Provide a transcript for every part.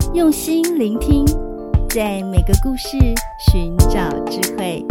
用心聆听，在每个故事寻找智慧。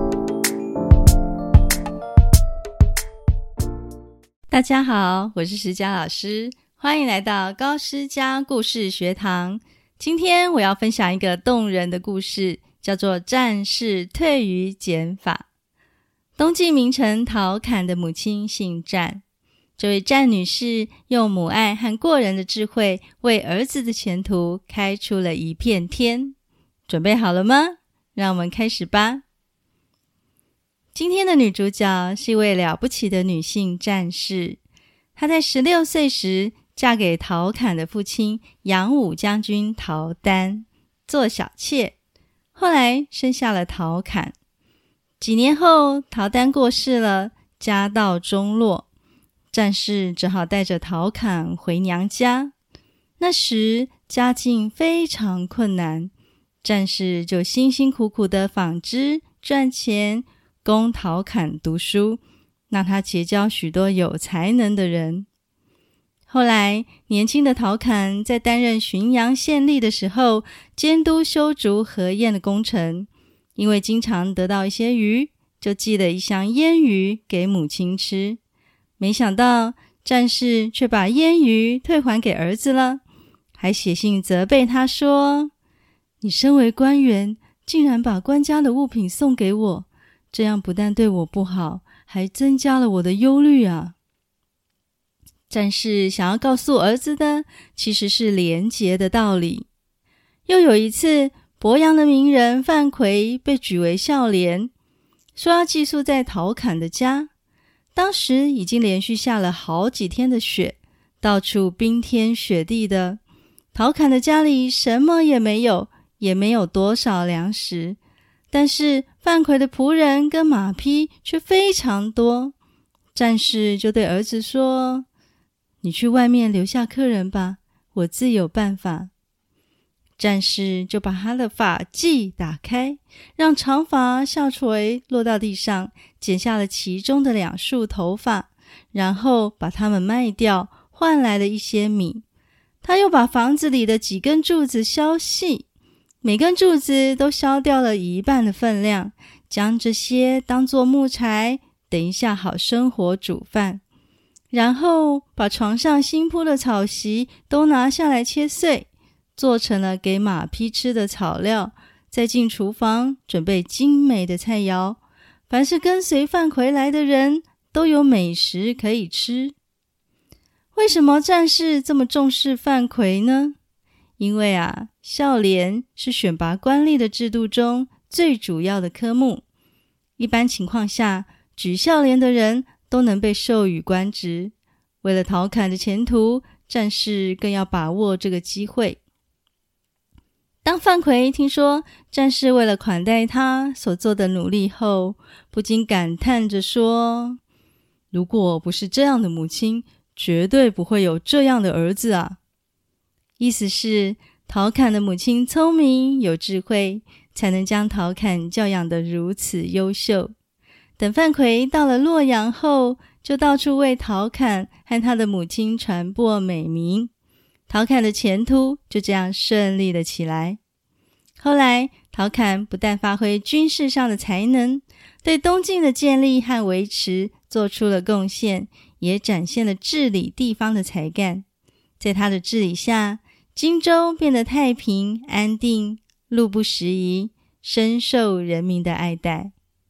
大家好，我是诗佳老师，欢迎来到高诗佳故事学堂。今天我要分享一个动人的故事，叫做战士退于减法。东晋名臣陶侃的母亲姓战，这位战女士用母爱和过人的智慧，为儿子的前途开出了一片天。准备好了吗？让我们开始吧。今天的女主角是一位了不起的女性战士，她在16岁时嫁给陶侃的父亲杨武将军陶丹，做小妾，后来生下了陶侃。几年后，陶丹过世了，家道中落，战士只好带着陶侃回娘家。那时家境非常困难，战士就辛辛苦苦地纺织赚钱，供陶侃读书，让他结交许多有才能的人。后来年轻的陶侃在担任浔阳县吏的时候，监督修筑河堰的工程，因为经常得到一些鱼，就寄了一箱腌鱼给母亲吃。没想到战士却把腌鱼退还给儿子了，还写信责备他说，你身为官员，竟然把官家的物品送给我，这样不但对我不好，还增加了我的忧虑啊。战士想要告诉儿子的其实是廉洁的道理。又有一次，鄱阳的名人范奎被举为孝廉，说要寄宿在陶侃的家。当时已经连续下了好几天的雪，到处冰天雪地的，陶侃的家里什么也没有，也没有多少粮食，但是范奎的仆人跟马匹却非常多。战士就对儿子说，你去外面留下客人吧，我自有办法。战士就把他的发髻打开，让长发下垂落到地上，剪下了其中的2束头发，然后把它们卖掉，换来了一些米。他又把房子里的几根柱子削细，每根柱子都削掉了1半的分量，将这些当作木柴，等一下好生火煮饭。然后把床上新铺的草席都拿下来切碎，做成了给马匹吃的草料，再进厨房准备精美的菜肴，凡是跟随范奎来的人都有美食可以吃。为什么战士这么重视范奎呢？因为孝廉是选拔官吏的制度中最主要的科目。一般情况下，举孝廉的人都能被授予官职。为了陶侃的前途，战士更要把握这个机会。当范奎听说战士为了款待他所做的努力后，不禁感叹着说，如果不是这样的母亲，绝对不会有这样的儿子啊。意思是陶侃的母亲聪明有智慧，才能将陶侃教养得如此优秀。等范奎到了洛阳后，就到处为陶侃和他的母亲传播美名，陶侃的前途就这样顺利了起来。后来陶侃不但发挥军事上的才能，对东晋的建立和维持做出了贡献，也展现了治理地方的才干。在他的治理下，荆州变得太平安定，路不拾遗，深受人民的爱戴。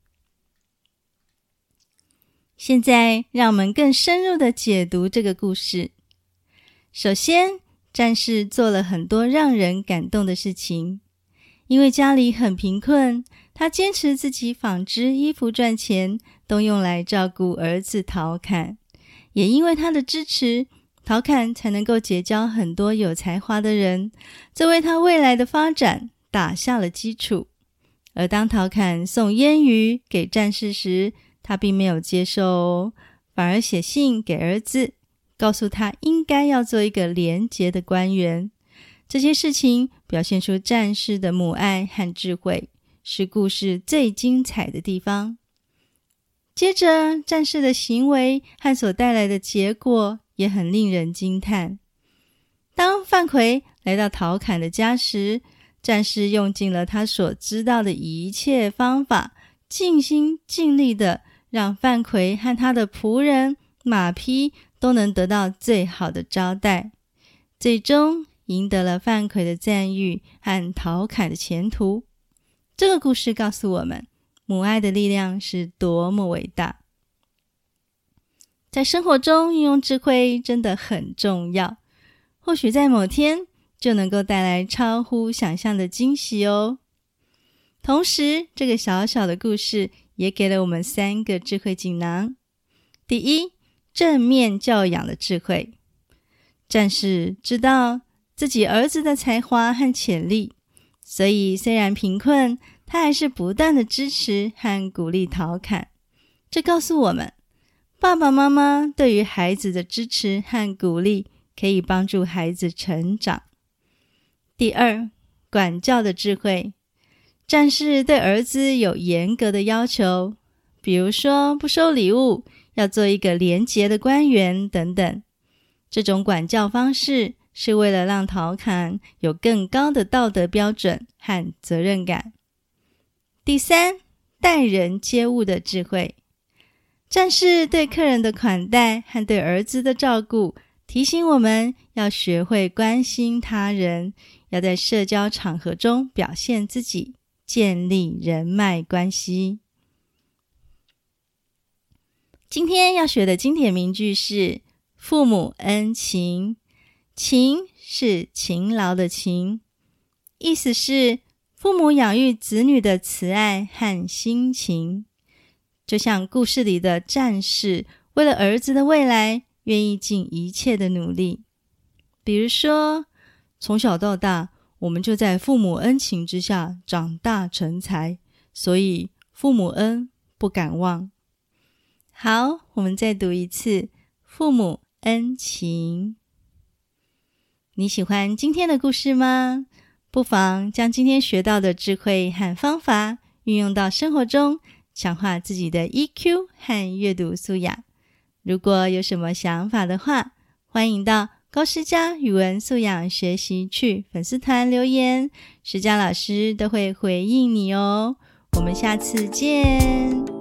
现在让我们更深入地解读这个故事。首先，战士做了很多让人感动的事情。因为家里很贫困，他坚持自己纺织衣服赚钱，都用来照顾儿子陶侃。也因为他的支持，陶侃才能够结交很多有才华的人，这为他未来的发展打下了基础。而当陶侃送腌鱼给战士时，他并没有接受哦，反而写信给儿子，告诉他应该要做一个廉洁的官员。这些事情表现出战士的母爱和智慧，是故事最精彩的地方。接着，战士的行为和所带来的结果也很令人惊叹。当范奎来到陶侃的家时，战士用尽了他所知道的一切方法，尽心尽力的让范奎和他的仆人、马匹都能得到最好的招待，最终赢得了范奎的赞誉和陶侃的前途。这个故事告诉我们，母爱的力量是多么伟大。在生活中运用智慧真的很重要，或许在某天就能够带来超乎想象的惊喜哦。同时，这个小小的故事也给了我们3个智慧锦囊。第一，正面教养的智慧。战士知道自己儿子的才华和潜力，所以虽然贫困，他还是不断的支持和鼓励陶侃。这告诉我们，爸爸妈妈对于孩子的支持和鼓励可以帮助孩子成长。第二，管教的智慧。战士对儿子有严格的要求，比如说不收礼物，要做一个廉洁的官员等等。这种管教方式是为了让陶侃有更高的道德标准和责任感。第三，待人接物的智慧。战士对客人的款待和对儿子的照顾，提醒我们要学会关心他人，要在社交场合中表现自己，建立人脉关系。今天要学的经典名句是父母恩情。勤是勤劳的勤，意思是父母养育子女的慈爱和辛勤。就像故事里的战士，为了儿子的未来，愿意尽一切的努力。比如说，从小到大，我们就在父母恩情之下长大成才，所以父母恩不敢忘。好，我们再读一次，父母恩情。你喜欢今天的故事吗？不妨将今天学到的智慧和方法运用到生活中，强化自己的 EQ 和阅读素养。如果有什么想法的话，欢迎到高诗佳语文素养学习区粉丝团留言，诗佳老师都会回应你哦。我们下次见。